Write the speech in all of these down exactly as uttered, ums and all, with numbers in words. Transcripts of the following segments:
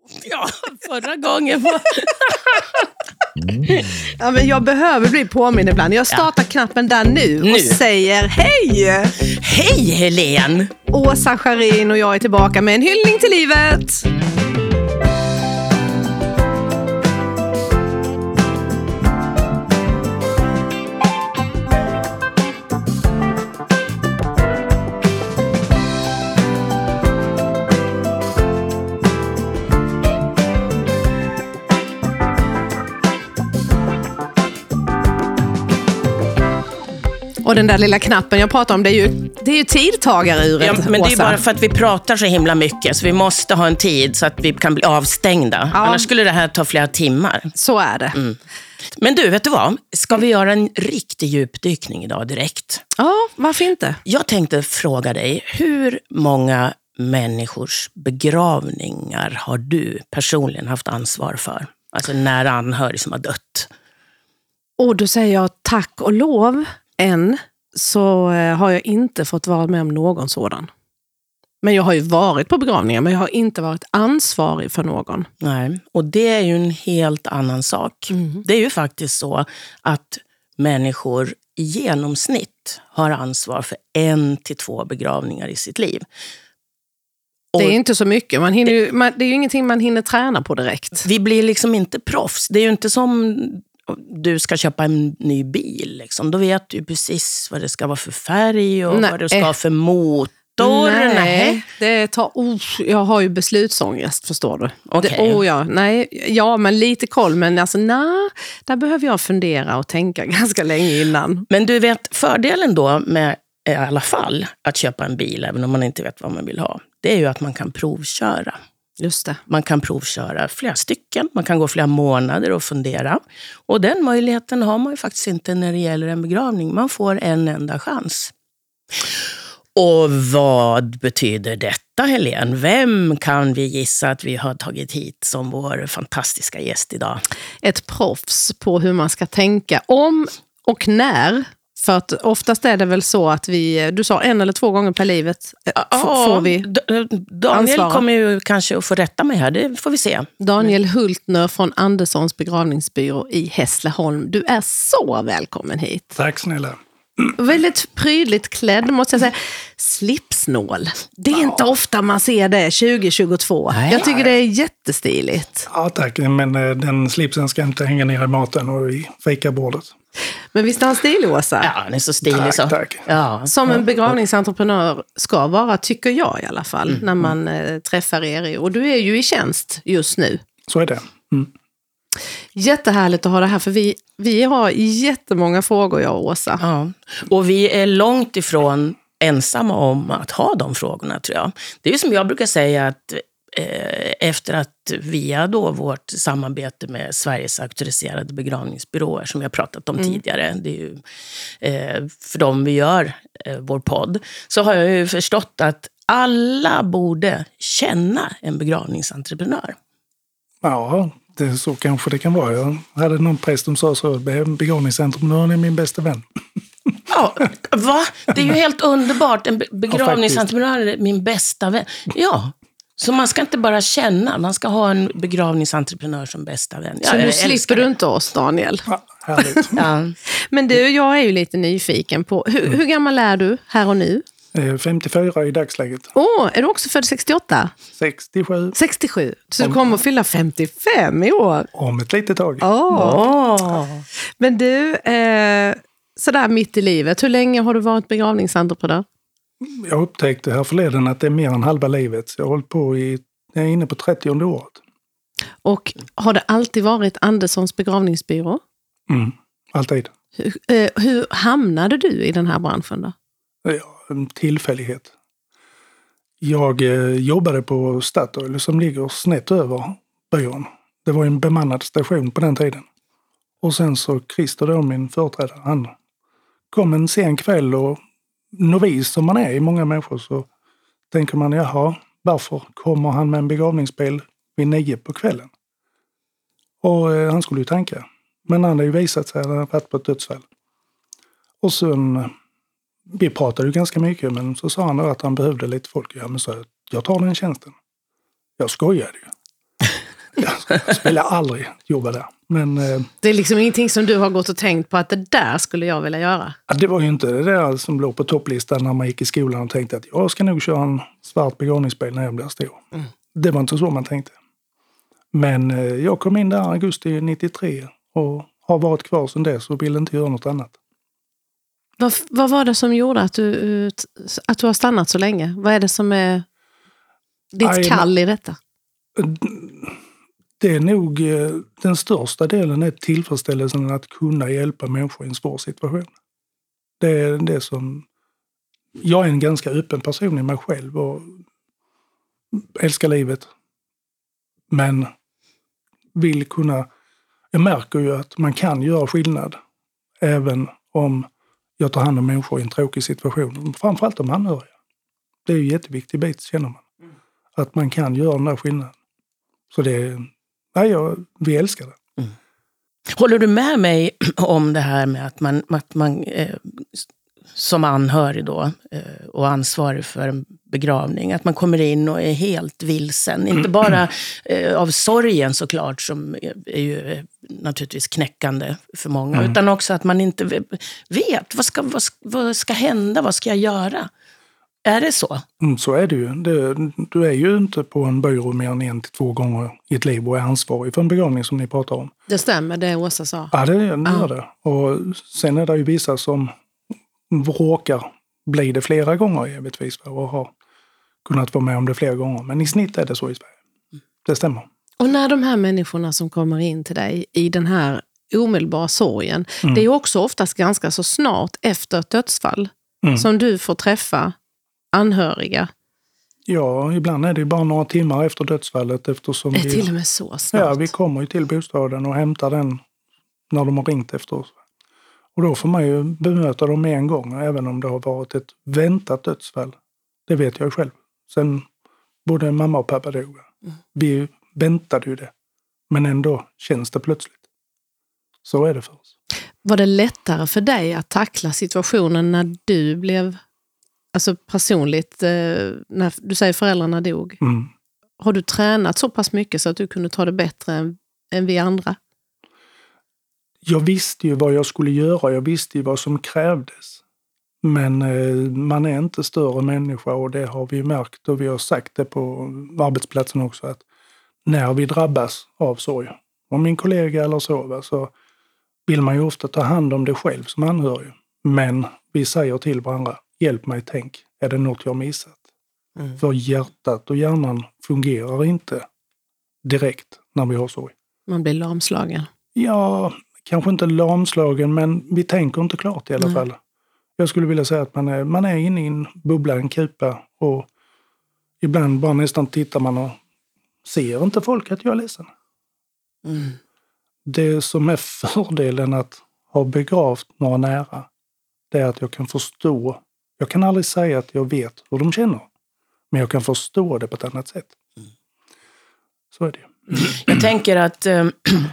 Ja, förra gången var... Ja, men jag behöver bli påminn ibland. Jag startar ja. knappen där nu, nu och säger hej! Hej Helene! Åsa Scharin och jag är tillbaka med en hyllning till livet. Och den där lilla knappen jag pratar om, det är ju, det är ju tidtagaruret. Ja, men det är ju bara för att vi pratar så himla mycket, så vi måste ha en tid så att vi kan bli avstängda. Ja. Annars skulle det här ta flera timmar. Så är det. Mm. Men du, vet du vad? Ska vi göra en riktig djupdykning idag direkt? Ja, varför inte? Jag tänkte fråga dig, hur många människors begravningar har du personligen haft ansvar för? Alltså nära anhörig som har dött. Och då säger jag tack och lov. Än så har jag inte fått vara med om någon sådan. Men jag har ju varit på begravningar, men jag har inte varit ansvarig för någon. Nej, och det är ju en helt annan sak. Mm. Det är ju faktiskt så att människor i genomsnitt har ansvar för en till två begravningar i sitt liv. Och det är inte så mycket. Man hinner ju, man, det är ju ingenting man hinner träna på direkt. Vi blir liksom inte proffs. Det är ju inte som... du ska köpa en ny bil liksom. Då vet du precis vad det ska vara för färg och Nej. vad det ska vara för motor. Nej, Nej. det tar oh, jag har ju beslutsångest, förstår du. Okay. Det, oh, ja, nej, ja, men lite koll, men alltså nej, där behöver jag fundera och tänka ganska länge innan. Men du vet, fördelen då med i alla fall att köpa en bil, även om man inte vet vad man vill ha, det är ju att man kan provköra. Just det. Man kan provköra flera stycken. Man kan gå flera månader och fundera. Och den möjligheten har man ju faktiskt inte när det gäller en begravning. Man får en enda chans. Och vad betyder detta, Helene? Vem kan vi gissa att vi har tagit hit som vår fantastiska gäst idag? Ett proffs på hur man ska tänka om och när. För att oftast är det väl så att vi, du sa en eller två gånger per livet ja, får vi Daniel ansvara. Kommer ju kanske att få rätta mig här, det får vi se. Daniel Hultner från Anderssons begravningsbyrå i Hässleholm. Du är så välkommen hit. Tack snälla. Väldigt prydligt klädd, måste jag säga. Slipsnål. Det är ja. inte ofta man ser det tjugo tjugotvå. Nej. Jag tycker det är jättestiligt. Ja tack, men den slipsen ska inte hänga ner i maten och i fikabordet. Men visst är han stilig, Åsa? Ja, han är så stilig tack, så. Tack. Ja. Som en begravningsentreprenör ska vara, tycker jag i alla fall, mm. när man eh, träffar er. Och du är ju i tjänst just nu. Så är det. Mm. Jättehärligt att ha det här, för vi, vi har jättemånga frågor, jag och Åsa. Ja. Och vi är långt ifrån ensamma om att ha de frågorna, tror jag. Det är ju som jag brukar säga att efter att via då vårt samarbete med Sveriges auktoriserade begravningsbyråer som vi har pratat om mm. tidigare, det är ju eh, för dem vi gör eh, vår podd, så har jag ju förstått att alla borde känna en begravningsentreprenör. Ja, det är så kanske det kan vara. Jag hade någon präst som sa så, begravningsentreprenören är min bästa vän. Ja, va? Det är ju helt underbart. En begravningsentreprenör är min bästa vän. Ja. Så man ska inte bara känna, man ska ha en begravningsentreprenör som bästa vän. Ja, så nu slipper du inte oss, Daniel. Ja, härligt. Ja. Men du, jag är ju lite nyfiken på, hur, hur gammal är du här och nu? femtiofyra i dagsläget. Åh, oh, är du också född sextioåtta? sextiosju. sextiosju, så du kommer att fylla femtiofem i år. Om ett litet tag. Åh. Oh. Men du, eh, sådär mitt i livet, hur länge har du varit begravningsentreprenör? Jag upptäckte här förleden att det är mer än halva livet. Jag har hållit på i, jag är inne på trettionde året. Och har det alltid varit Anderssons begravningsbyrå? Mm, alltid. Hur, eh, hur hamnade du i den här branschen då? Ja, en tillfällighet. Jag eh, jobbade på Statoil som ligger snett över byrån. Det var en bemannad station på den tiden. Och sen så Christer då, min företrädare, han kom en sen kväll och novis som man är i många människor så tänker man, jaha, varför kommer han med en begravningsbil vid nio på kvällen? Och eh, han skulle ju tanka. Men han hade ju visat sig att han hade varit på ett dödsfall. Och sen, vi pratade ju ganska mycket, men så sa han då att han behövde lite folk. Ja, men så jag tar den tjänsten. Jag skojade ju. Jag skulle aldrig jobba där. Men, eh, det är liksom ingenting som du har gått och tänkt på att det där skulle jag vilja göra? det var ju inte det där som låg på topplistan när man gick i skolan och tänkte att jag ska nog köra en svart begravningsbil när jag blir stor. Mm. Det var inte så man tänkte. Men eh, jag kom in där i augusti nittiotre och har varit kvar sedan dess och vill inte göra något annat. Vad, vad var det som gjorde att du, att du har stannat så länge? Vad är det som är ditt Aj, kall i detta? Det är nog den största delen är tillfredsställelsen att kunna hjälpa människor i en svår situation. Det är det som... Jag är en ganska öppen person i mig själv och älskar livet. Men vill kunna... Jag märker ju att man kan göra skillnad även om jag tar hand om människor i en tråkig situation. Framförallt de anhöriga. Det är ju en jätteviktig bit, känner man. Att man kan göra den där skillnaden. Så det är... Nej, jag, vi älskar det. Mm. Håller du med mig om det här med att man, att man eh, som anhörig då eh, och ansvarig för en begravning, att man kommer in och är helt vilsen. Inte bara eh, av sorgen såklart, som är, är ju eh, naturligtvis knäckande för många, mm. utan också att man inte vet vad ska, vad, vad ska hända, vad ska jag göra? Är det så? Mm, så är det ju. Det, du är ju inte på en byrå mer än en till två gånger i ett liv och är ansvarig för en begravning som ni pratar om. Det stämmer, det Åsa sa. Ja, det gör ah. det. Och sen är det ju vissa som råkar bli det flera gånger givetvis och har kunnat vara med om det flera gånger. Men i snitt är det så i Sverige. Det stämmer. Och när de här människorna som kommer in till dig i den här omedelbara sorgen, mm. det är ju också oftast ganska så snart efter ett dödsfall mm. som du får träffa anhöriga. Ja, ibland är det bara några timmar efter dödsfallet. Eftersom det är vi, till och med så snart. Ja, vi kommer ju till bostaden och hämtar den när de har ringt efter oss. Och då får man ju bemöta dem en gång, även om det har varit ett väntat dödsfall. Det vet jag själv. Sen både mamma och pappa dog. Mm. Vi väntade ju det. Men ändå känns det plötsligt. Så är det för oss. Var det lättare för dig att tackla situationen när du blev... Alltså personligt, eh, när du säger föräldrarna dog. Mm. Har du tränat så pass mycket så att du kunde ta det bättre än, än vi andra? Jag visste ju vad jag skulle göra. Jag visste ju vad som krävdes. Men eh, man är inte större människa och det har vi märkt. Och vi har sagt det på arbetsplatsen också. Att när vi drabbas av sorg, om min kollega eller så, så vill man ju ofta ta hand om det själv som anhörig. Men vi säger till varandra, hjälp mig, tänk, är det något jag missat? Mm. För hjärtat och hjärnan fungerar inte direkt när vi har sorg. Man blir lamslagen. Ja, kanske inte lamslagen, men vi tänker inte klart i alla mm. fall. Jag skulle vilja säga att man är, man är inne i en bubbla, en kupa, och ibland bara nästan tittar man och ser inte folk att jag är ledsen. Mm. Det som är fördelen att ha begravt några nära, det är att jag kan förstå. Jag kan aldrig säga att jag vet hur de känner. Men jag kan förstå det på ett annat sätt. Mm. Så är det. Jag tänker att eh,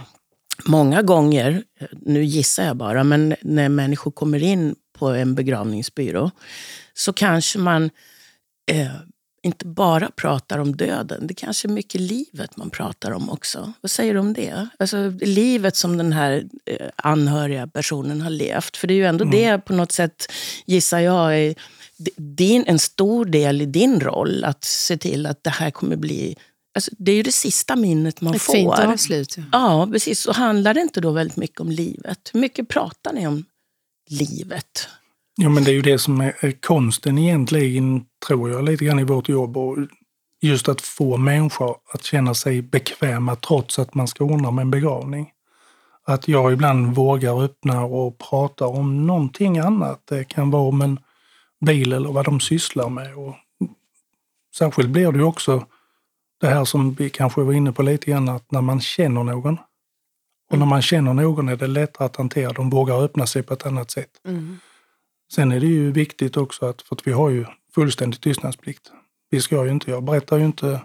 många gånger, nu gissar jag bara, men när människor kommer in på en begravningsbyrå så kanske man eh, inte bara pratar om döden. Det kanske är mycket livet man pratar om också. Vad säger du om det? Alltså livet som den här eh, anhöriga personen har levt. För det är ju ändå mm. det på något sätt, gissar jag, är din, en stor del i din roll att se till att det här kommer bli... Alltså, det är ju det sista minnet man ett får. Fint avslut. Ja. ja, precis. Så handlar det inte då väldigt mycket om livet? Hur mycket pratar ni om livet? Ja, men det är ju det som är konsten egentligen, tror jag, lite grann i vårt jobb. Och just att få människor att känna sig bekväma trots att man ska ordna med en begravning. Att jag ibland vågar öppna och prata om någonting annat. Det kan vara om en bil eller vad de sysslar med. Och särskilt blir det ju också det här som vi kanske var inne på lite grann, att när man känner någon. Och när man känner någon är det lättare att hantera. De vågar öppna sig på ett annat sätt. Mm. Sen är det ju viktigt också att, för att vi har ju fullständig tystnadsplikt. Vi ska ju inte, jag berättar ju inte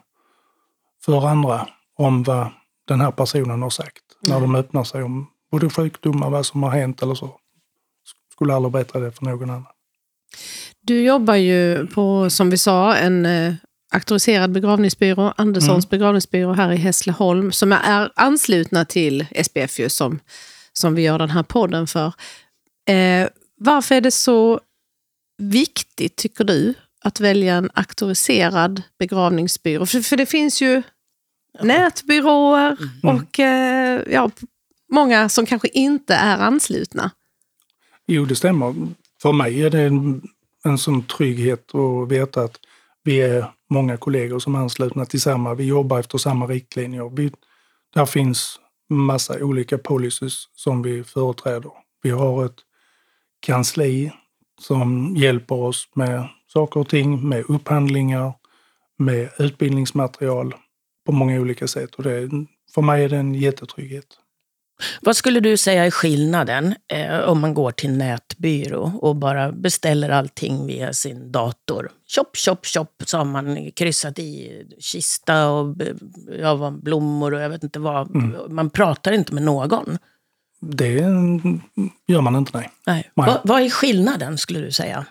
för andra om vad den här personen har sagt. Mm. När de öppnar sig om både sjukdomar, vad som har hänt eller så. Skulle aldrig berätta det för någon annan. Du jobbar ju på, som vi sa, en auktoriserad begravningsbyrå, Anderssons Mm. begravningsbyrå här i Hässleholm, som är anslutna till S B F ju, som, som vi gör den här podden för. Eh, varför är det så viktigt, tycker du, att välja en auktoriserad begravningsbyrå? För, för det finns ju ja. nätbyråer Mm. och eh, ja, många som kanske inte är anslutna. Jo, det stämmer. För mig är det en, en sån trygghet att veta att vi är många kollegor som är anslutna till samma. Vi jobbar efter samma riktlinjer. Vi, där finns massa olika policies som vi företräder. Vi har ett kansli som hjälper oss med saker och ting, med upphandlingar, med utbildningsmaterial på många olika sätt. Och det, för mig är det en jättetrygghet. Vad skulle du säga är skillnaden eh, om man går till nätbyrå och bara beställer allting via sin dator? Chop, chop, chop, så har man kryssat i kista och ja, blommor och jag vet inte vad. Mm. Man pratar inte med någon. Det gör man inte, nej. nej. nej. Va, vad är skillnaden, skulle du säga?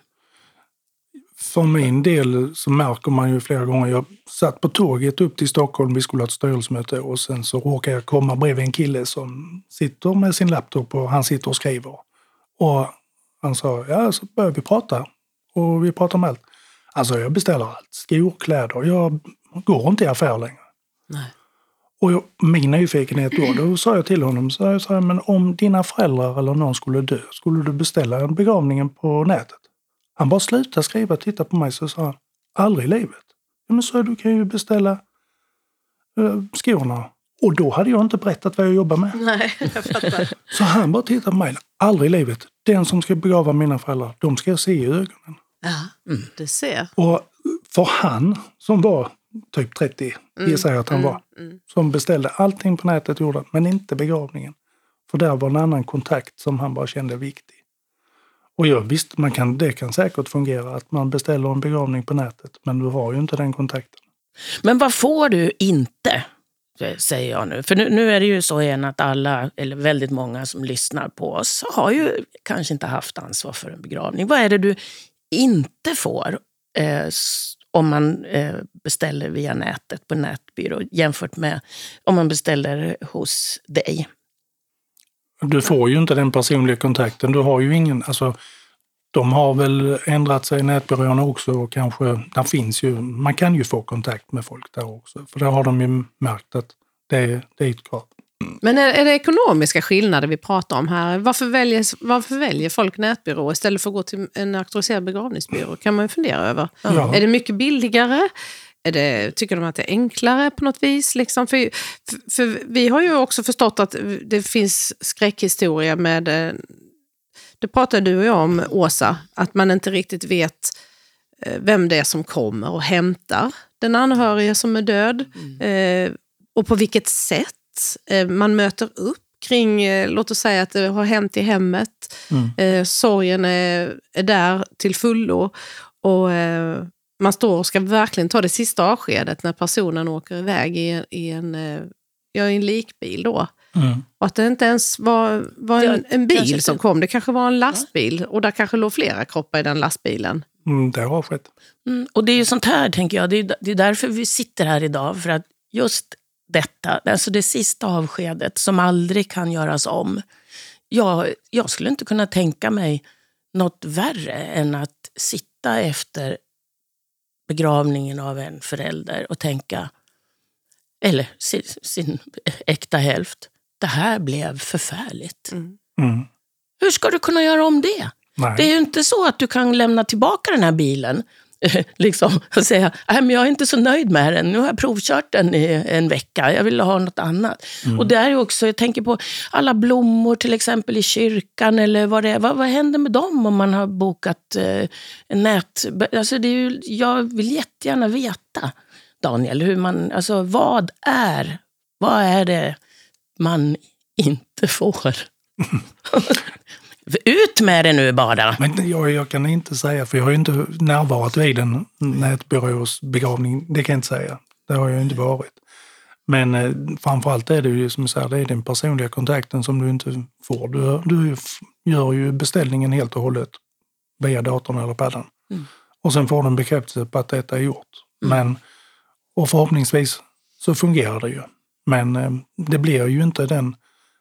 För min del så märker man ju flera gånger. Jag satt på tåget upp till Stockholm, vi skulle ha ett styrelsemöte och sen så råkar jag komma bredvid en kille som sitter med sin laptop och han sitter och skriver. Och han sa, ja så börjar vi prata och vi pratar om allt. Alltså jag beställer allt, skor, kläder, jag går inte i affär längre. Nej. Och jag, min nyfikenhet då, då sa jag till honom, så jag sa, men om dina föräldrar eller någon skulle dö, skulle du beställa en begravningen på nätet? Han bara slutade skriva och titta på mig så sa han, aldrig i livet. Ja, men så du kan ju beställa uh, skorna. Och då hade jag inte berättat vad jag jobbar med. Nej, jag fattar. Så han bara tittade på mig, aldrig i livet. Den som ska begrava mina föräldrar, de ska jag se i ögonen. Ja, mm. du ser. Och för han som var typ trettio, mm. gissar jag att han mm. var, mm. som beställde allting på nätet gjorde, men inte begravningen. För där var en annan kontakt som han bara kände viktig. Och jag visst, man kan, det kan säkert fungera att man beställer en begravning på nätet, men du har ju inte den kontakten. Men vad får du inte, säger jag nu? För nu, nu är det ju så igen att alla, eller väldigt många som lyssnar på oss, har ju kanske inte haft ansvar för en begravning. Vad är det du inte får eh, om man eh, beställer via nätet på nätbyrå jämfört med om man beställer hos dig? Du får ju inte den personliga kontakten. Du har ju ingen, alltså de har väl ändrat sig i nätbyråerna också och kanske, där finns ju, man kan ju få kontakt med folk där också. För där har de ju märkt att det är, det är ett krav. Men är, är det ekonomiska skillnader vi pratar om här? Varför väljer, varför väljer folk nätbyrå istället för att gå till en auktoriserad begravningsbyrå? Kan man ju fundera över. Ja. Är det mycket billigare? Är det, tycker de att det är enklare på något vis? Liksom? För, för, för vi har ju också förstått att det finns skräckhistoria med, det pratade du och jag om, Åsa, att man inte riktigt vet vem det är som kommer och hämtar den anhöriga som är död. Mm. Eh, och på vilket sätt eh, man möter upp kring, eh, låt oss säga att det har hänt i hemmet. Mm. Eh, sorgen är, är där till fullo och eh, man står och ska verkligen ta det sista avskedet när personen åker iväg i, i, en, ja, i en likbil då. Mm. Och att det inte ens var, var en, en bil som kom. Det kanske var en lastbil och där kanske låg flera kroppar i den lastbilen. Mm, det har skett. Mm, och det är ju sånt här, tänker jag. Det är, det är därför vi sitter här idag. För att just detta, alltså det sista avskedet som aldrig kan göras om. Jag, jag skulle inte kunna tänka mig något värre än att sitta efter begravningen av en förälder och tänka, eller sin, sin äkta hälft, det här blev förfärligt. Mm. Mm. Hur ska du kunna göra om det? Nej. Det är ju inte så att du kan lämna tillbaka den här bilen liksom, och säga, nej men jag är inte så nöjd med den, nu har jag provkört den i en vecka, jag vill ha något annat. Mm. Och det är ju också, jag tänker på alla blommor till exempel i kyrkan eller vad det är, vad, vad händer med dem om man har bokat eh, en nät, alltså det är ju, jag vill jättegärna veta, Daniel, hur man, alltså vad är, vad är det man inte får? Ut med det nu bara. Men jag, jag kan inte säga, för jag har ju inte närvarat vid en nätbyrås begravning. Det kan jag inte säga. Det har jag inte varit. Men eh, framförallt är det ju som jag säger, det är den personliga kontakten som du inte får. Du, du gör ju beställningen helt och hållet via datorn eller paddan. Mm. Och sen får du en bekräftelse på att detta är gjort. Mm. Men Och förhoppningsvis så fungerar det ju. Men eh, det blir ju inte den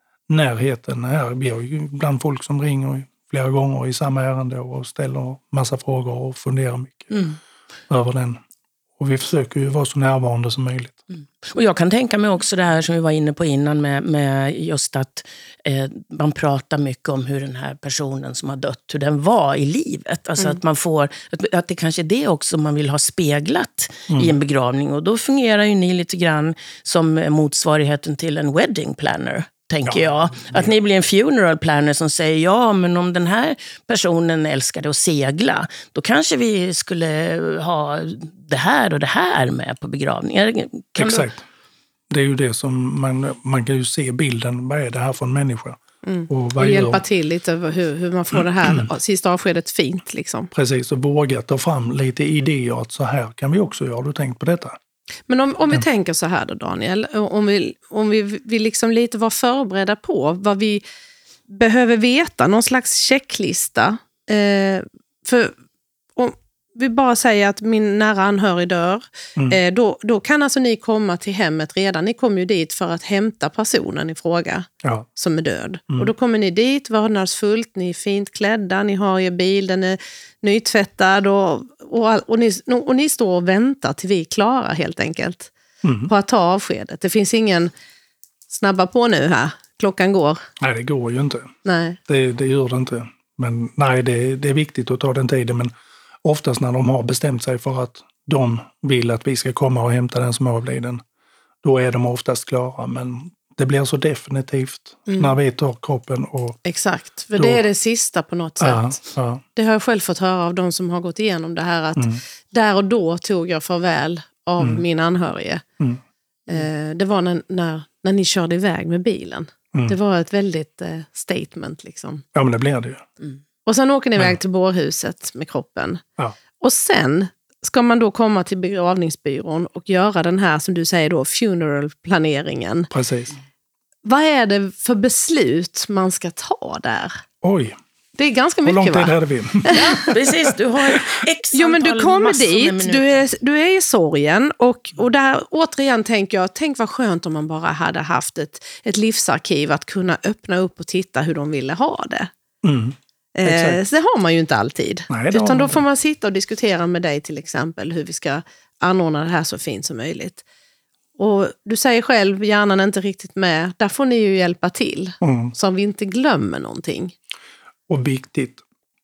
närheten här. Vi har ju ibland folk som ringer flera gånger i samma ärende och ställer massa frågor och funderar mycket mm. över den. Och vi försöker ju vara så närvarande som möjligt. Mm. Och jag kan tänka mig också det här som vi var inne på innan med, med just att eh, man pratar mycket om hur den här personen som har dött, hur den var i livet. Alltså mm. att man får, att, att det kanske är det också man vill ha speglat mm. i en begravning. Och då fungerar ju ni lite grann som motsvarigheten till en wedding planner. Tänker ja, jag. Att ni blir en funeral planner som säger ja, men om den här personen älskade att segla, då kanske vi skulle ha det här och det här med på begravningen. Kan Exakt. Du... Det är ju det som man, man kan ju se bilden. Vad är det här för en människa? Mm. Och, vad och hjälpa till lite hur, hur man får det här mm. sista avskedet fint. Liksom. Precis, och våga ta fram lite idéer att så här kan vi också göra. Har du tänkt på detta? Men om, om vi tänker så här då, Daniel, om vi, om vi vill liksom lite vara förberedda på vad vi behöver veta, någon slags checklista. Eh, för om vi bara säger att min nära anhörig dör, mm. eh, då, då kan alltså ni komma till hemmet redan. Ni kommer ju dit för att hämta personen i fråga ja. som är död. Mm. Och då kommer ni dit, vördnadsfullt, ni är fint klädda, ni har er bil, den är nytvättad och, och, och, ni, och ni står och väntar till vi är klara helt enkelt mm. på att ta avskedet. Det finns ingen snabba på nu här, klockan går. Nej, det går ju inte. Nej. Det, det gör det inte. Men nej, det, det är viktigt att ta den tiden, men oftast när de har bestämt sig för att de vill att vi ska komma och hämta den som är avliden, då är de oftast klara. Men det blir så definitivt mm. när vi tar kroppen. Och exakt, för då... det är det sista på något ja, sätt. Ja. Det har jag själv fått höra av de som har gått igenom det här, att mm. där och då tog jag farväl av mm. min anhörige. Mm. Eh, det var när, när, när ni körde iväg med bilen. Mm. Det var ett väldigt eh, statement liksom. Ja, men det blir det ju. Mm. Och sen åker ni iväg till bårhuset med kroppen. Ja. Och sen ska man då komma till begravningsbyrån och göra den här, som du säger då, funeral-planeringen. Precis. Vad är det för beslut man ska ta där? Oj. Det är ganska mycket, va? Hur lång tid hade vi? Ja, precis. Du har x Jo, men du kommer dit, du är, du är i sorgen och, och där återigen tänker jag, tänk vad skönt om man bara hade haft ett, ett livsarkiv att kunna öppna upp och titta hur de ville ha det. Mm. Eh, så det har man ju inte alltid. Nej, utan då får man sitta och diskutera med dig till exempel hur vi ska anordna det här så fint som möjligt. Och du säger själv, hjärnan är inte riktigt med. Där får ni ju hjälpa till. Mm. Så vi inte glömmer någonting. Och viktigt,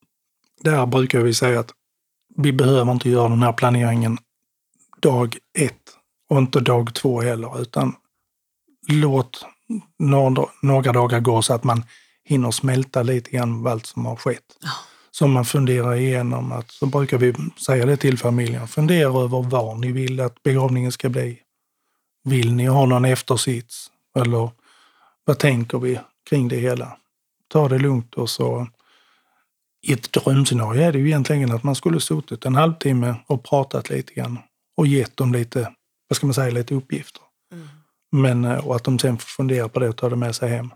där brukar vi säga att vi behöver inte göra den här planeringen dag ett och inte dag två heller. Utan låt några, några dagar gå så att man hinner smälta lite grann allt som har skett. Oh. Så man funderar igenom, att, så brukar vi säga det till familjen. Fundera över var ni vill att begravningen ska bli. Vill ni ha någon eftersits? Eller vad tänker vi kring det hela? Ta det lugnt och så. I ett drömscenario är det ju egentligen att man skulle suttit en halvtimme och pratat lite grann. Och gett dem lite, vad ska man säga, lite uppgifter. Mm. Men, och att de sen får fundera på det och ta det med sig hem.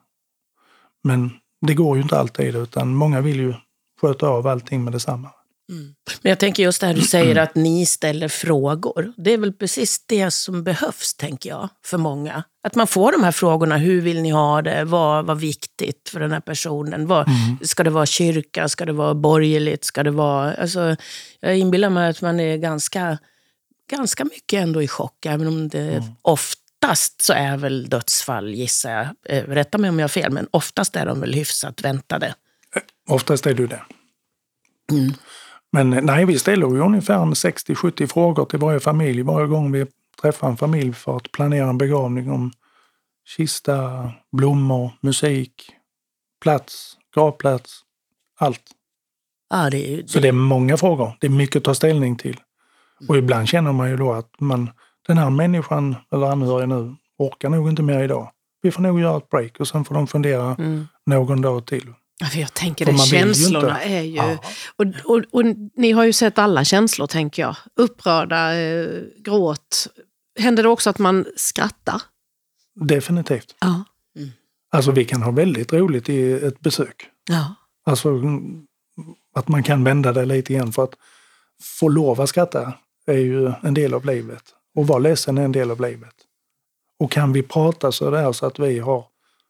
Men det går ju inte alltid, utan många vill ju sköta av allting med detsamma. Mm. Men jag tänker just det här du säger att ni ställer frågor. Det är väl precis det som behövs, tänker jag, för många. Att man får de här frågorna, hur vill ni ha det? Vad var viktigt för den här personen? Vad, mm. Ska det vara kyrka? Ska det vara borgerligt? Ska det vara... Alltså, jag inbillar mig att man är ganska, ganska mycket ändå i chock, även om det mm. ofta Oftast så är väl dödsfall, gissar jag. Eh, rätta mig om jag har fel, men oftast är de väl hyfsat väntade. Oftast är du det. Mm. Men nej, vi ställer ju ungefär sextio till sjuttio frågor till varje familj. Varje gång vi träffar en familj för att planera en begravning, om kista, blommor, musik, plats, gravplats, allt. Ja, det är, det... Så det är många frågor. Det är mycket att ta ställning till. Och ibland känner man ju då att man... Den här människan eller anhöriga nu orkar nog inte mer idag. Vi får nog göra ett break och sen får de fundera mm. någon dag till. Ja, för jag tänker det, känslorna är ju... Ja. Och, och, och ni har ju sett alla känslor, tänker jag. Upprörda, eh, gråt. Händer det också att man skrattar? Definitivt. Ja. Mm. Alltså vi kan ha väldigt roligt i ett besök. Ja. Alltså att man kan vända det lite igen, för att få lov att skratta är ju en del av livet. Och vara ledsen är en del av livet. Och kan vi prata så där så att vi har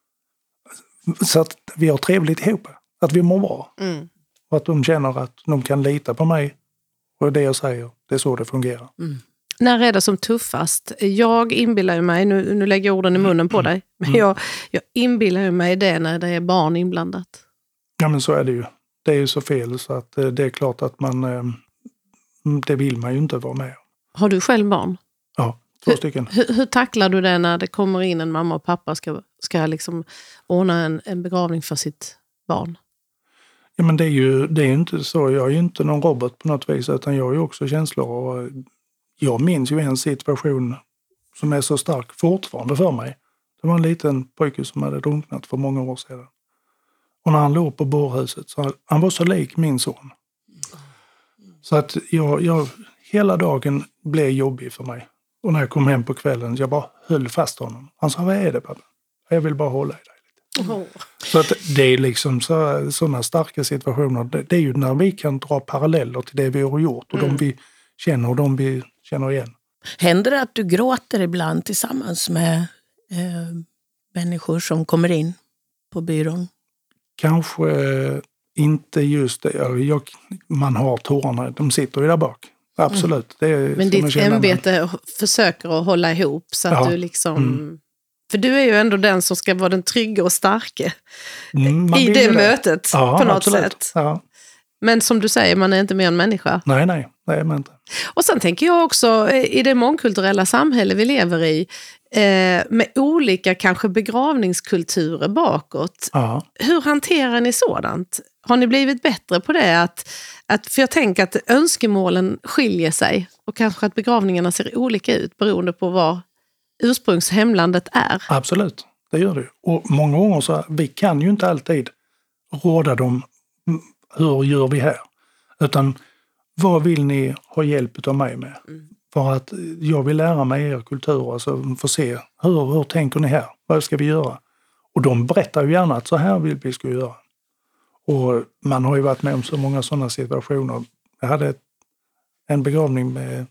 så att vi har trevligt ihop. Att vi mår bra. Mm. Och att de känner att de kan lita på mig. Och det jag säger, det är så det fungerar. Mm. När är det som tuffast? Jag inbillar ju mig, nu, nu lägger jag orden i munnen på dig, men Mm. jag, jag inbillar ju mig det när det är barn inblandat. Ja, men så är det ju. Det är ju så fel så att eh, det är klart att man, eh, det vill man ju inte vara med om. Har du själv barn? Ja, två stycken. Hur, hur tacklar du det när det kommer in en mamma och pappa ska, ska liksom ordna en, en begravning för sitt barn? Ja, men det är ju det är ju inte så. Jag är ju inte någon robot på något vis, utan jag har ju också känslor. Och jag minns ju en situation som är så stark fortfarande för mig. Det var en liten pojke som hade drunknat för många år sedan. Och när han låg på bårhuset så han, han var så lik min son. Så att jag, jag hela dagen blev jobbig för mig. Och när jag kom hem på kvällen, jag bara höll fast honom. Han sa, vad är det pappa? Jag vill bara hålla i dig lite. Oh. Så att det är liksom så, sådana starka situationer. Det, det är ju när vi kan dra paralleller till det vi har gjort. Och Mm. de vi känner och de vi känner igen. Händer det att du gråter ibland tillsammans med eh, människor som kommer in på byrån? Kanske eh, inte just det. Jag, jag, man har tårarna, de sitter ju där bak. Absolut. Det är Men som jag ditt känner mig. ämbete försöker att hålla ihop så att Ja. du liksom... Mm. För du är ju ändå den som ska vara den trygga och starke Mm, man i vill det ju mötet Ja, på något absolut. sätt. Ja. Men som du säger, man är inte mer en människa. Nej, nej. Det är man inte. Och sen tänker jag också, i det mångkulturella samhälle vi lever i, eh, med olika kanske begravningskulturer bakåt. Ja. Hur hanterar ni sådant? Har ni blivit bättre på det? Att, att, för jag tänker att önskemålen skiljer sig och kanske att begravningarna ser olika ut beroende på vad ursprungshemlandet är. Absolut, det gör det. Och många gånger så vi kan ju inte alltid råda dem, mm, hur gör vi här? Utan vad vill ni ha hjälp av mig med? Mm. För att jag vill lära mig er kultur, alltså få se hur, hur tänker ni här? Vad ska vi göra? Och de berättar ju gärna att så här vill vi ska göra. Och man har ju varit med om så många sådana situationer. Jag hade ett, en begravning med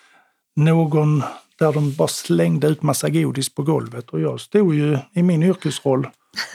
någon där de bara slängde ut massa godis på golvet. Och jag stod ju i min yrkesroll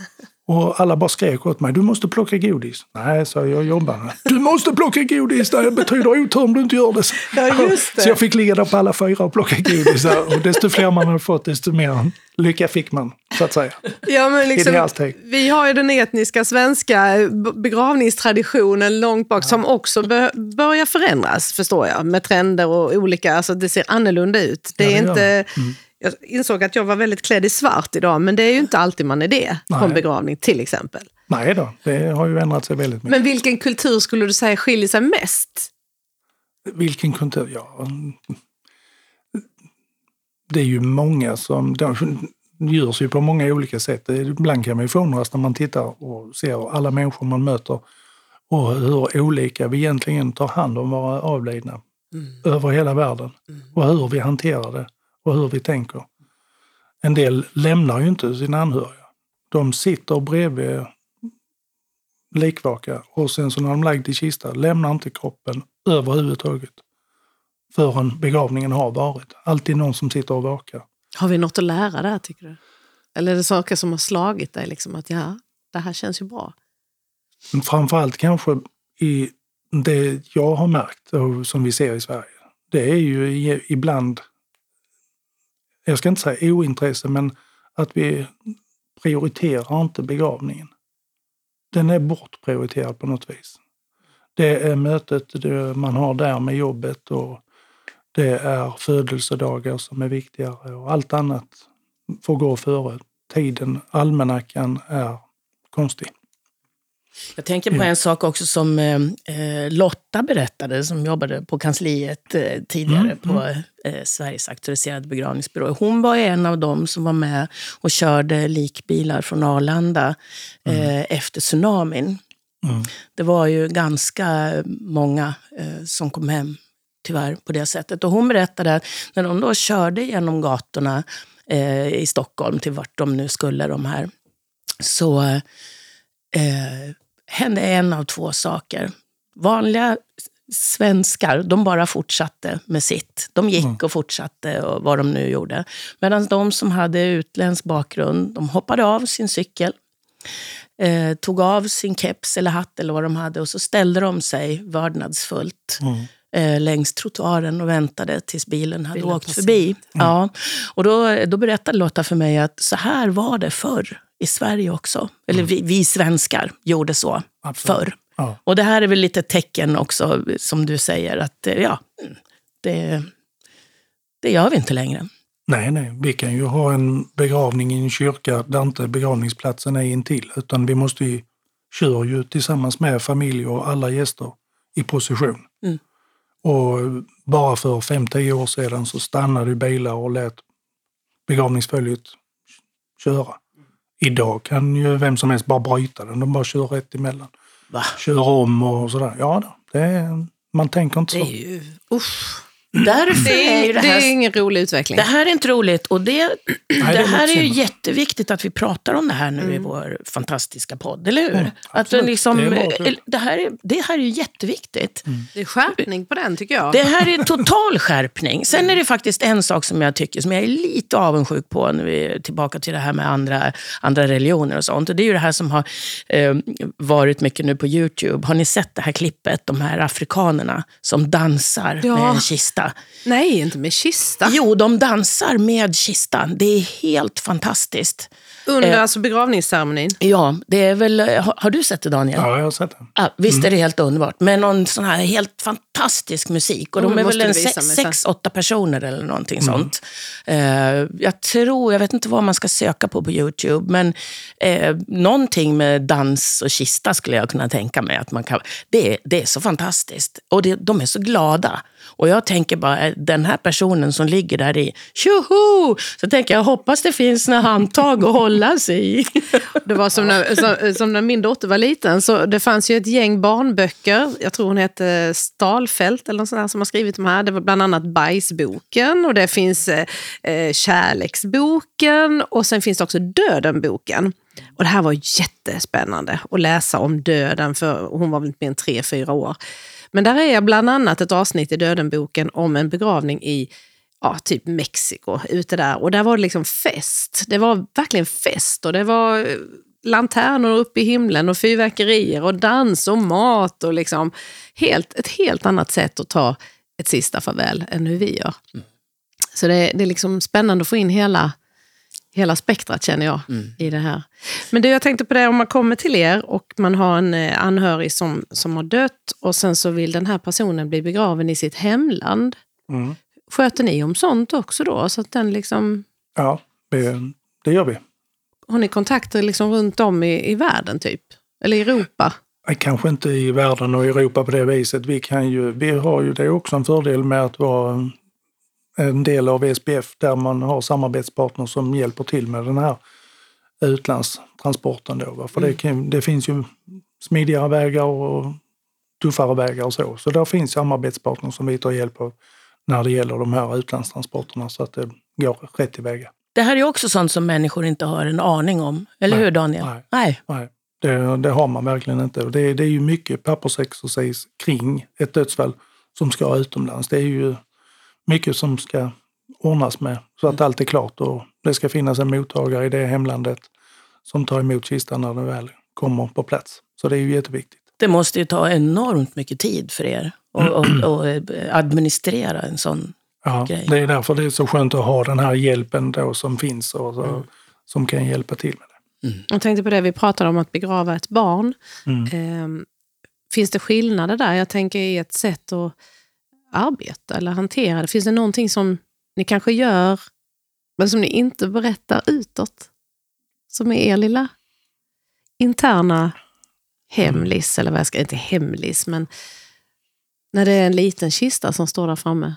och alla bara skrek åt mig, du måste plocka godis. Nej, så jag jobbar. Du måste plocka godis, det betyder otur om du inte gör det. Ja, just det. Så jag fick ligga där på alla fyra och plocka godis. Och desto fler man hade fått, desto mer lycka fick man, så att säga. Ja, men I liksom, deras steg. vi har ju den etniska svenska begravningstraditionen långt bak som också be- börjar förändras, förstår jag, med trender och olika, alltså det ser annorlunda ut. Det Ja, är det gör inte, det. Mm. jag insåg att jag var väldigt klädd i svart idag, men det är ju inte alltid man är det på en Nej. begravning till exempel. Nej då, det har ju ändrat sig väldigt mycket. Men vilken kultur skulle du säga skiljer sig mest? Vilken kultur? Ja, det är ju många som... Det görs ju på många olika sätt. Ibland kan man ju förundras när man tittar och ser alla människor man möter och hur olika vi egentligen tar hand om våra avlidna mm. över hela världen. Mm. Och hur vi hanterar det och hur vi tänker. En del lämnar ju inte sina anhöriga. De sitter bredvid likvaka och sen så när de lagt i kista lämnar inte kroppen överhuvudtaget förrän begravningen har varit. Alltid någon som sitter och vakar. Har vi något att lära där, tycker du? Eller är det saker som har slagit dig liksom att ja, det här känns ju bra? Men framförallt kanske i det jag har märkt och som vi ser i Sverige. Det är ju ibland, jag ska inte säga ointresse, men att vi prioriterar inte begravningen. Den är bortprioriterad på något vis. Det är mötet det man har där med jobbet och det är födelsedagar som är viktigare och allt annat får gå före. Tiden, almanackan är konstig. Jag tänker på en sak också som eh, Lotta berättade som jobbade på kansliet eh, tidigare mm, på eh, Sveriges auktoriserade begravningsbyrå. Hon var en av dem som var med och körde likbilar från Arlanda eh, mm. efter tsunamin. Mm. Det var ju ganska många eh, som kom hem tyvärr på det sättet. Och hon berättade att när de då körde genom gatorna eh, i Stockholm till vart de nu skulle de här så eh, hände en av två saker. Vanliga svenskar, de bara fortsatte med sitt. De gick mm. och fortsatte och vad de nu gjorde. Medan de som hade utländsk bakgrund, de hoppade av sin cykel, eh, tog av sin keps eller hatt eller vad de hade och så ställde de sig vördnadsfullt mm. eh, längs trottoaren och väntade tills bilen hade bilen åkt förbi. Mm. Ja. Och då, då berättade Lotta för mig att så här var det förr i Sverige också. Eller vi, vi svenskar gjorde så Absolut. förr. Ja. Och det här är väl lite tecken också, som du säger, att ja, det, det gör vi inte längre. Nej, nej. Vi kan ju ha en begravning i en kyrka där inte begravningsplatsen är intill. Utan vi måste ju köra ju tillsammans med familj och alla gäster i procession. Mm. Och bara för fem till tio år sedan så stannade bilar och lät begravningsföljet köra. Idag kan ju vem som helst bara bryta den. De bara kör rätt emellan. Va? Kör om och sådär. Ja, det är, man tänker inte så. Det är ju... Usch. Därför det, är det, här, det är ingen rolig utveckling. Det här är inte roligt. Och det, Nej, det, det här är ju jätteviktigt att vi pratar om det här nu mm. i vår fantastiska podd, eller hur? Mm, att det, liksom, det, det, här är, det här är ju jätteviktigt. Mm. Det är skärpning på den, tycker jag. Det här är total skärpning. Sen är det faktiskt en sak som jag tycker, som jag är lite avundsjuk på när vi är tillbaka till det här med andra, andra religioner och sånt. Och det är ju det här som har eh, varit mycket nu på YouTube. Har ni sett det här klippet? De här afrikanerna som dansar ja. med en kista. Nej, inte med kista. Jo, de dansar med kistan. Det är helt fantastiskt. Under eh, alltså begravningsceremonin? Ja, det är väl... Har, har du sett det, Daniel? Ja, jag har sett det. Ja, visst mm. är det helt underbart. Med någon sån här helt fantastisk musik. Och mm, de är väl en sex, sex, åtta personer eller någonting mm. sånt. Eh, jag tror, jag vet inte vad man ska söka på på YouTube. Men eh, någonting med dans och kista skulle jag kunna tänka mig. Att man kan, det, det är så fantastiskt. Och det, de är så glada. Och jag tänker bara, den här personen som ligger där i tjoho! Så tänker jag, hoppas det finns några handtag att hålla sig i. Det var som när, som, som när min dotter var liten. Så det fanns ju ett gäng barnböcker. Jag tror hon hette Stalfelt eller något sånt där som har skrivit de här. Det var bland annat Bajsboken. Och det finns eh, Kärleksboken. Och sen finns det också Dödenboken. Och det här var jättespännande att läsa om döden. För hon var väl inte mer än tre, fyra år. Men där är bland annat ett avsnitt i Dödenboken om en begravning i ja, typ Mexiko, ute där. Och där var det liksom fest. Det var verkligen fest och det var lanterner uppe i himlen och fyrverkerier och dans och mat och liksom helt, ett helt annat sätt att ta ett sista farväl än hur vi gör. Mm. Så det, det är liksom spännande att få in hela, hela spektrat, känner jag, mm. i det här. Men det jag tänkte på det, om man kommer till er och man har en anhörig som, som har dött och sen så vill den här personen bli begraven i sitt hemland. Mm. Sköter ni om sånt också då? Så att den liksom... Ja, det, det gör vi. Har ni kontakter liksom runt om i, i världen typ? Eller i Europa? Kanske inte i världen och Europa på det viset. Vi, kan ju, vi har ju det också en fördel med att vara en del av S P F där man har samarbetspartner som hjälper till med den här utlandstransporten då. För mm. det, kan, det finns ju smidigare vägar och tuffare vägar och så. Så där finns samarbetspartner som vi tar hjälp av när det gäller de här utlandstransporterna så att det går rätt i vägar. Det här är också sånt som människor inte har en aning om. Eller nej, hur, Daniel? Nej, nej. nej. Det, det har man verkligen inte. Det, det är ju mycket pappersexercis kring ett dödsfall som ska utomlands. Det är ju mycket som ska ordnas med så att allt är klart och det ska finnas en mottagare i det hemlandet som tar emot kistan när den väl kommer på plats. Så det är ju jätteviktigt. Det måste ju ta enormt mycket tid för er att och, och administrera en sån ja, grej. Det är därför det är så skönt att ha den här hjälpen då som finns och så, mm. som kan hjälpa till med det. Mm. Jag tänkte på det, vi pratade om att begrava ett barn. Mm. Eh, finns det skillnader där? Jag tänker i ett sätt att arbeta eller hantera det. Finns det någonting som ni kanske gör men som ni inte berättar utåt? Som är er lilla interna hemlis, eller vad jag ska, inte hemlis, men när det är en liten kista som står där framme.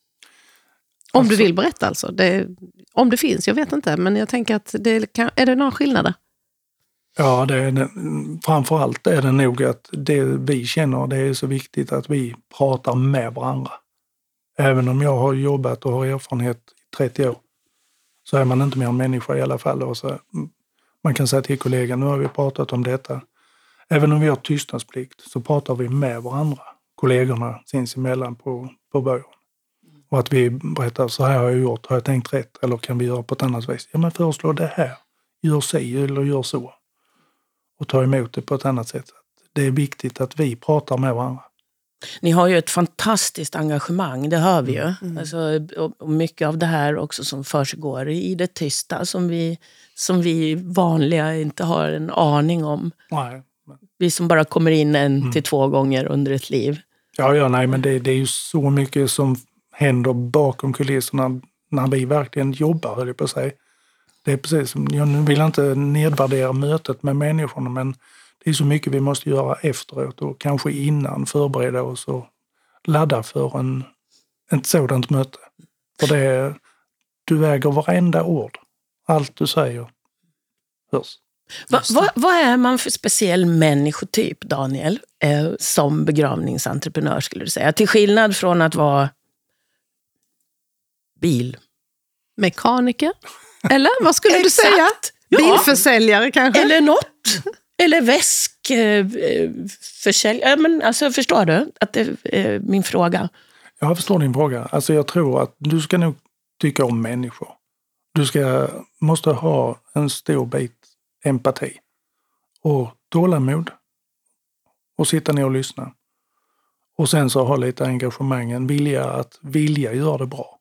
Om alltså, du vill berätta alltså. Det, om det finns, jag vet inte, men jag tänker att det kan, är det några skillnader? Ja, det är det, framförallt är det nog att det vi känner, det är så viktigt att vi pratar med varandra. Även om jag har jobbat och har erfarenhet i trettio år så är man inte mer en människa i alla fall. Och så, man kan säga till kollegan, nu har vi pratat om detta. Även om vi har tystnadsplikt så pratar vi med varandra. kollegorna sinsemellan på, på början. Och att vi berättar, så här har jag gjort, har jag tänkt rätt eller kan vi göra på ett annat vis? Ja, men föreslå det här, gör sig eller gör så. Och ta emot det på ett annat sätt. Det är viktigt att vi pratar med varandra. Ni har ju ett fantastiskt engagemang, det hör vi ju. Mm. Alltså, och, och mycket av det här också som försiggår i det tysta som vi, som vi vanliga inte har en aning om. Nej. Vi som bara kommer in en Mm. till två gånger under ett liv. Ja, ja nej, men det, det är ju så mycket som händer bakom kulisserna när vi verkligen jobbar, höll jag på att säga. Det är precis som, jag vill inte nedvärdera mötet med människorna, men det är så mycket vi måste göra efteråt och kanske innan förbereda oss och ladda för en, ett sådant möte. För det är, du väger varenda ord. Allt du säger hörs. Va, va, vad är man för speciell människotyp, Daniel, eh, som begravningsentreprenör skulle du säga? Till skillnad från att vara bil. Mekaniker? Eller vad skulle du Exakt. säga? Ja. Bilförsäljare kanske? Eller något. Eller väskförsäljare. Ja, men alltså, förstår du att det är min fråga? Jag förstår din fråga. Alltså jag tror att du ska nog tycka om människor. Du ska, måste ha en stor bit empati och tålamod och sitta ner och lyssna. Och sen så ha lite engagemang, en vilja att vilja göra det bra.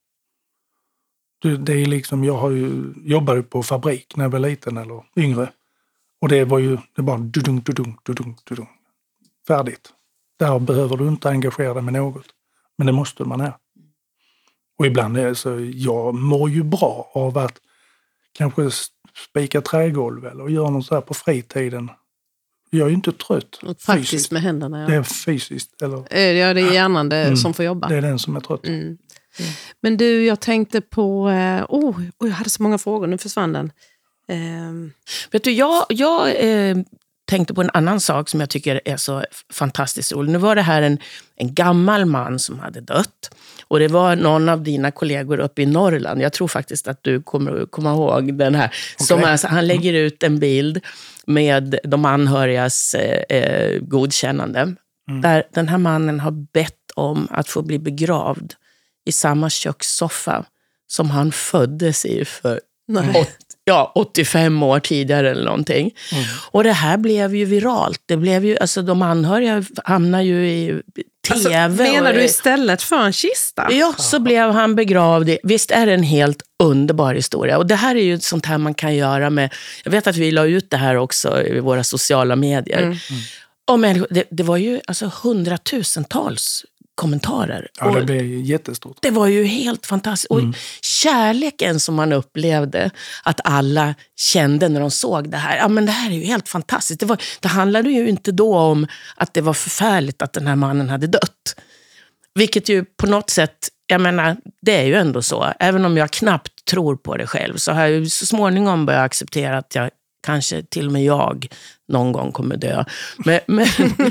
Du, det är liksom, jag har ju jobbat på fabrik när jag var liten eller yngre. Och det var ju, det bara dudung, dudung, dudung, dudung. Färdigt. Där behöver du inte engagera dig med något. Men det måste man här. Och ibland är det så, jag mår ju bra av att kanske spika trägolv eller göra något så här på fritiden. Jag är ju inte trött. Praktiskt fysiskt. med händerna. Ja. Det är fysiskt. Eller, Ja, det är hjärnan det Mm. som får jobba. det är den som är trött. Mm. Men du, jag tänkte på... Eh, oh, oh, jag hade så många frågor, nu försvann den. Eh, Vet du, jag, jag eh, tänkte på en annan sak som jag tycker är så fantastiskt rolig. Nu var det här en, en gammal man som hade dött. Och det var någon av dina kollegor uppe i Norrland. Jag tror faktiskt att du kommer att komma ihåg den här. Okay. Som alltså, han lägger ut en bild med de anhörigas eh, godkännande. Mm. Där den här mannen har bett om att få bli begravd i samma kökssoffa som han föddes i för åt, ja, åttiofem år tidigare eller någonting. Mm. Och det här blev ju viralt. Det blev ju, alltså de anhöriga hamnar ju i tv. Alltså, menar du istället för en kista? Ja, så blev han begravd. Visst är det en helt underbar historia. Och det här är ju sånt här man kan göra med... Jag vet att vi la ut det här också i våra sociala medier. Mm. Mm. Och men, det, det var ju alltså hundratusentals kommentarer. Ja, det blev jättestort. Det var ju helt fantastiskt. Mm. Och kärleken som man upplevde att alla kände när de såg det här. Ja, men det här är ju helt fantastiskt. Det, var, det handlade ju inte då om att det var förfärligt att den här mannen hade dött. Vilket ju på något sätt, jag menar, det är ju ändå så. Även om jag knappt tror på det själv så har jag ju så småningom börjat acceptera att jag kanske till och med jag någon gång kommer dö. Men, men,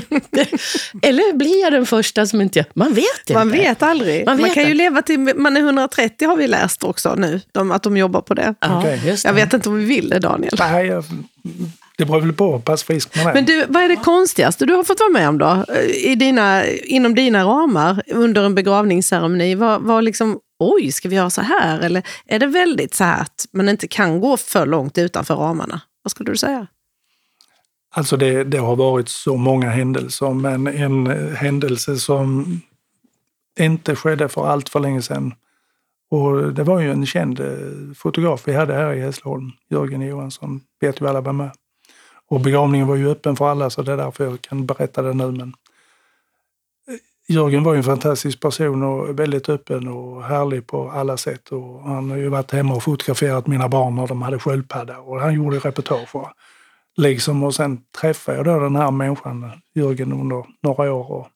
eller blir jag den första som inte... Man vet inte. Man vet aldrig. Man, vet man kan det. ju leva till... Man är hundratrettio har vi läst också nu. De, att de jobbar på det. Ja, okay. just det. Jag vet inte om vi vill det, Daniel. Nej, jag, det beror väl på hur pass frisk man är. Men du, vad är det konstigaste du har fått vara med om då? I dina, inom dina ramar under en begravningsceremoni. Vad, vad liksom... Oj, ska vi göra så här? Eller är det väldigt så här att man inte kan gå för långt utanför ramarna? Vad skulle du säga? Alltså det, det har varit så många händelser, men en händelse som inte skedde för allt för länge sedan. Och det var ju en känd fotograf vi hade här i Hässleholm, Jörgen Johansson, vet ju alla var med. Och begravningen var ju öppen för alla, så det är därför jag kan berätta det nu. Men Jörgen var ju en fantastisk person och väldigt öppen och härlig på alla sätt. Och han har ju varit hemma och fotograferat mina barn när de hade sköldpadda. Och han gjorde reportage. Liksom, och sen träffade jag då den här människan, Jörgen, under några år. Och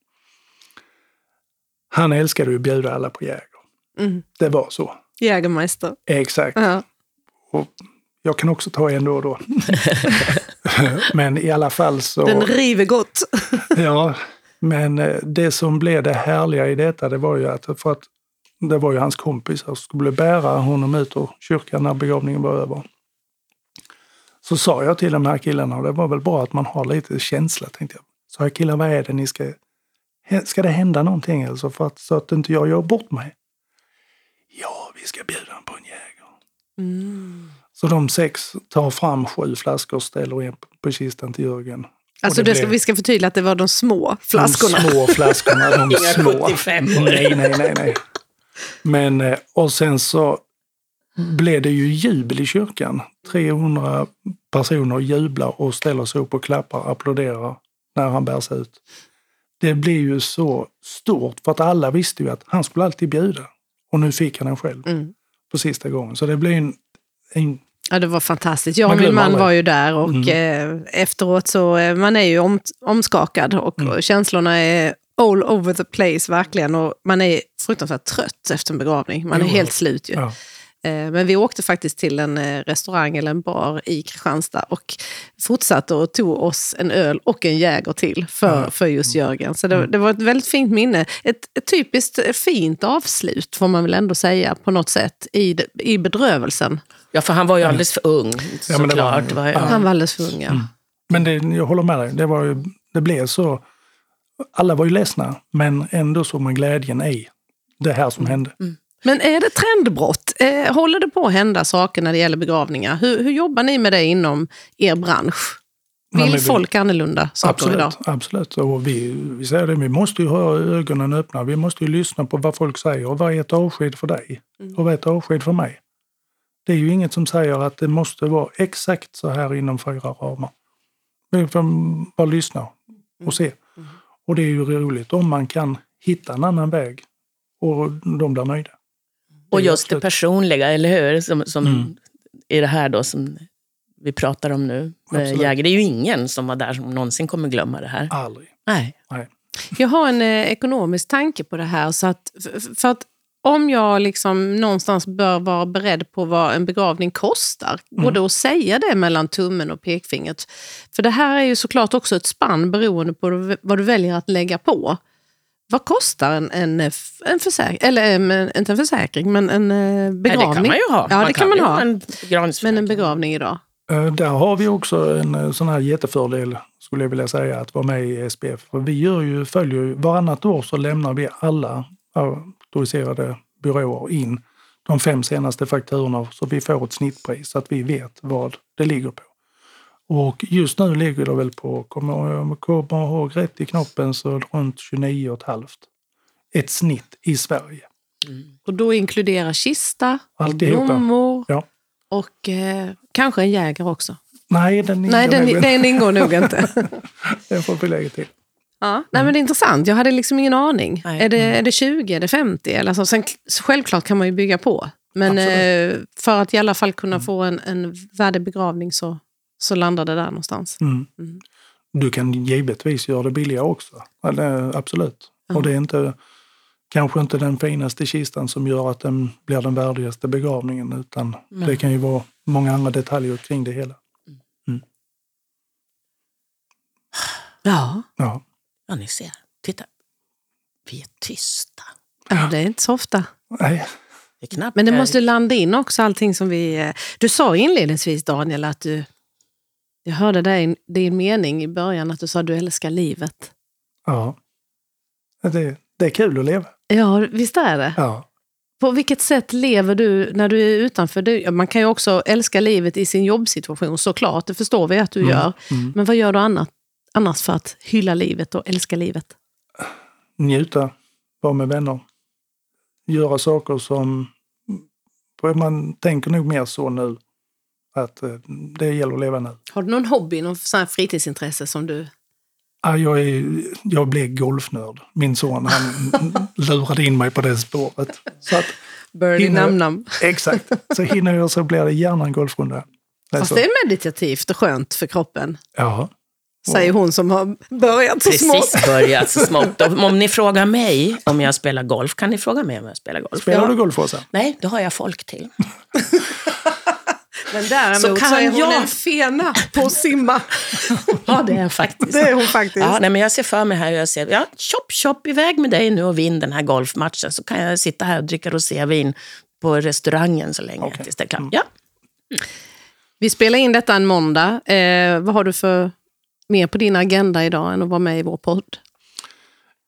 han älskade ju att bjuda alla på Jäger. Mm. Det var så. Jägermeister. Exakt. Uh-huh. Och jag kan också ta en då och då. Men i alla fall så... Den river gott. Ja, men det som blev det härliga i detta, det var ju att, för att det var ju hans kompis som skulle bära honom ut ur kyrkan när begravningen var över. Så sa jag till de här killarna, och det var väl bra att man har lite känsla, tänkte jag. Så här, killar, vad är det ni ska ska det hända någonting alltså för att, så att inte jag gör bort mig? Ja, vi ska bjuda på en jäger. Mm. Så de sex tar fram sju flaskor och ställer in på kistan till Jörgen. Alltså det ska, vi ska förtydliga att det var de små flaskorna. De små flaskorna, de Inga små. sjuttiofem. Nej, nej, nej, nej. Men, och sen så blev det ju jubel i kyrkan. trehundra personer jublar och ställer sig upp och klappar, applåderar när han bärs ut. Det blev ju så stort för att alla visste ju att han skulle alltid bjuda. Och nu fick han den själv mm. på sista gången. Så det blev en... en ja, det var fantastiskt. Jag och min man var ju där och mm. eh, efteråt så, eh, man är ju om, omskakad och, mm. och känslorna är all over the place verkligen. Och man är fruktansvärt trött efter en begravning. Man är jo, helt slut ju. Ja. Men vi åkte faktiskt till en restaurang eller en bar i Kristianstad och fortsatte och tog oss en öl och en jäger till för, ja. för just Jörgen. Så det, det var ett väldigt fint minne. Ett, ett typiskt fint avslut får man väl ändå säga på något sätt i, i bedrövelsen. Ja, för han var ju alldeles för ung, ja, såklart. Var, ja. Han var alldeles för ung, ja. Mm. Men det, jag håller med dig, det, var ju, det blev så... Alla var ju ledsna, men ändå såg man glädjen i det här som mm. hände. Mm. Men är det trendbrott? Eh, håller det på att hända saker när det gäller begravningar? Hur, hur jobbar ni med det inom er bransch? Vill vi, folk annorlunda saker absolut, idag? Absolut, och vi, vi säger det, vi måste ju ha ögonen öppna. Vi måste ju lyssna på vad folk säger. Och vad är ett avsked för dig? Mm. Och vad är ett avsked för mig? Det är ju inget som säger att det måste vara exakt så här inom fyra ramar. Vi får bara lyssna och se. Mm. Mm. Och det är ju roligt om man kan hitta en annan väg och de blir nöjda. Och just absolut. Det personliga, eller hur? Som, som mm. är det här då som vi pratar om nu med jägare. Det är ju ingen som var där som någonsin kommer glömma det här. Aldrig. Nej. Nej. Jag har en eh, ekonomisk tanke på det här. Så att, för, för att om jag liksom någonstans bör vara beredd på vad en begravning kostar, mm. går det att säga det mellan tummen och pekfingret? För det här är ju såklart också ett spann beroende på vad du väljer att lägga på. Vad kostar en, en, en försäkring, eller inte en försäkring, men en begravning? Nej, det kan man ju ha. Ja, man det kan man ha. En men en begravning idag? Där har vi också en sån här jättefördel, skulle jag vilja säga, att vara med i S P F. För vi gör ju, följer ju, varannat år så lämnar vi alla auktoriserade byråer in de fem senaste fakturorna så vi får ett snittpris så att vi vet vad det ligger på. Och just nu ligger det väl på, kommer jag kommer ihåg rätt i knoppen, så runt tjugonio och ett halvt. Ett snitt i Sverige. Mm. Och då inkluderar kista, och blommor ja. och eh, kanske en jägare också. Nej, den ingår, Nej, den, den ingår nog inte. Den får vi lägga till. Ja, mm. nej, men det är intressant. Jag hade liksom ingen aning. Är det, är det tjugo, är det femtio? Eller så. Sen, självklart kan man ju bygga på. Men eh, för att i alla fall kunna mm. få en, en värdig begravning så, så landar det där någonstans. Mm. Mm. Du kan givetvis göra det billigare också. Eller, absolut. Mm. Och det är inte, kanske inte den finaste kistan som gör att den blir den värdigaste begravningen. Utan mm. det kan ju vara många andra detaljer kring det hela. Mm. Ja. Ja. Ja, ni ser. Titta. Vi är tysta. Ja, det är inte så ofta. Nej. Det är knappt. Men det måste landa in också allting som vi... Du sa inledningsvis, Daniel, att du... Jag hörde dig, din mening i början att du sa att du älskar livet. Ja. Det, det är kul att leva. Ja, visst är det? Ja. På vilket sätt lever du när du är utanför? Du, man kan ju också älska livet i sin jobbsituation, såklart. Det förstår vi att du mm. gör. Mm. Men vad gör du annat? Annars för att hylla livet och älska livet? Njuta, vara med vänner. Göra saker som... Man tänker nog mer så nu. Att det gäller att leva nu. Har du någon hobby, någon sån här fritidsintresse som du... Ja, jag, är, jag blev golfnörd. Min son, han lurade in mig på det spåret. Så att Birdie namnam. Exakt. Så hinner jag så blir det gärna en golfrunda. Fast det är meditativt och skönt för kroppen. Ja. Säger hon som har börjat så smått. Precis börjat så smått. Om ni frågar mig om jag spelar golf, kan ni fråga mig om jag spelar golf? Spelar ja. du golf också? Nej, det har jag folk till. Men däremot så, kan så är hon jag... en fena på att simma. Ja, det är faktiskt. Det är hon faktiskt. Ja, nej, men jag ser för mig här och jag ser, ja, chop, chop iväg med dig nu och vinn den här golfmatchen. Så kan jag sitta här och dricka rosévin på restaurangen så länge. Okay. Tills det är klart. Ja. Mm. Vi spelar in detta en måndag. Eh, vad har du för mer på din agenda idag än att vara med i vår podd?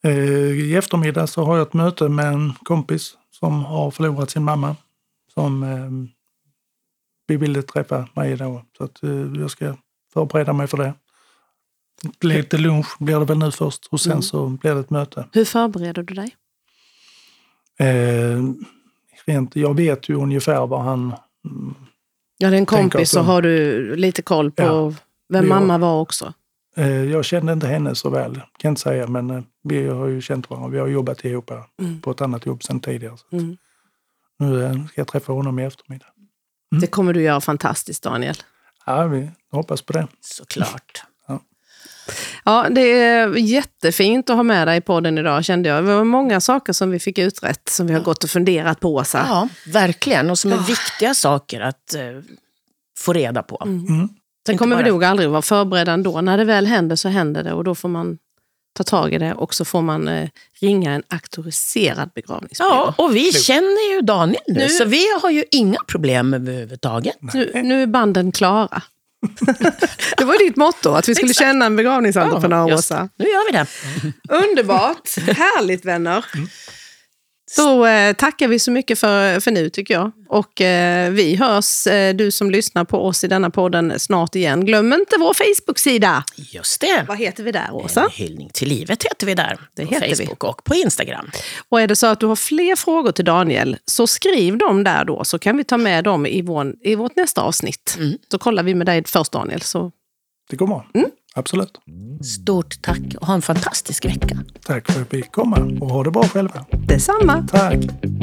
Eh, I eftermiddag så har jag ett möte med en kompis som har förlorat sin mamma. Som eh, vi ville träffa mig då. Så att, eh, jag ska förbereda mig för det. Lite lunch blir det väl nu först och sen mm. så blir det ett möte. Hur förbereder du dig? Eh, rent, jag vet ju ungefär vad han mm, Ja, det är en kompis så har du lite koll på ja, vem mamma var också. Eh, jag kände inte henne så väl, kan jag inte säga. Men eh, vi har ju känt varandra. Vi har jobbat ihop mm. på ett annat jobb sedan tidigare. Så mm. Nu eh, ska jag träffa honom i eftermiddag. Mm. Det kommer du göra fantastiskt, Daniel. Ja, vi hoppas på det. Såklart. Ja, det är jättefint att ha med dig på den idag, kände jag. Det var många saker som vi fick uträtt, som vi har gått och funderat på. Så. Ja, verkligen. Och som är oh. viktiga saker att uh, få reda på. Mm. Mm. Sen kommer bara... vi nog aldrig vara förberedda ändå. När det väl händer så händer det och då får man ta tag i det och så får man uh, ringa en auktoriserad begravningsbyrå. Ja, och vi känner ju Daniel nu, nu, så vi har ju inga problem överhuvudtaget. Nu, nu är banden klara. Det var ditt motto, att vi skulle Exakt. känna en begravningsentreprenör, ja, Åsa. Nu gör vi det. Underbart, härligt vänner. Mm. Så eh, tackar vi så mycket för, för nu tycker jag. Och eh, vi hörs, eh, du som lyssnar på oss i denna podden snart igen. Glöm inte vår Facebook-sida. Just det. Vad heter vi där, Åsa? En hyllning till livet heter vi där. Det på heter Facebook vi. Och på Instagram. Och är det så att du har fler frågor till Daniel, så skriv dem där då. Så kan vi ta med dem i, vår, i vårt nästa avsnitt. Mm. Så kollar vi med dig först, Daniel. Så... Det går bra. Mm. Absolut. Stort tack och ha en fantastisk vecka. Tack för att vi kom och ha det bra själva. Detsamma. Tack.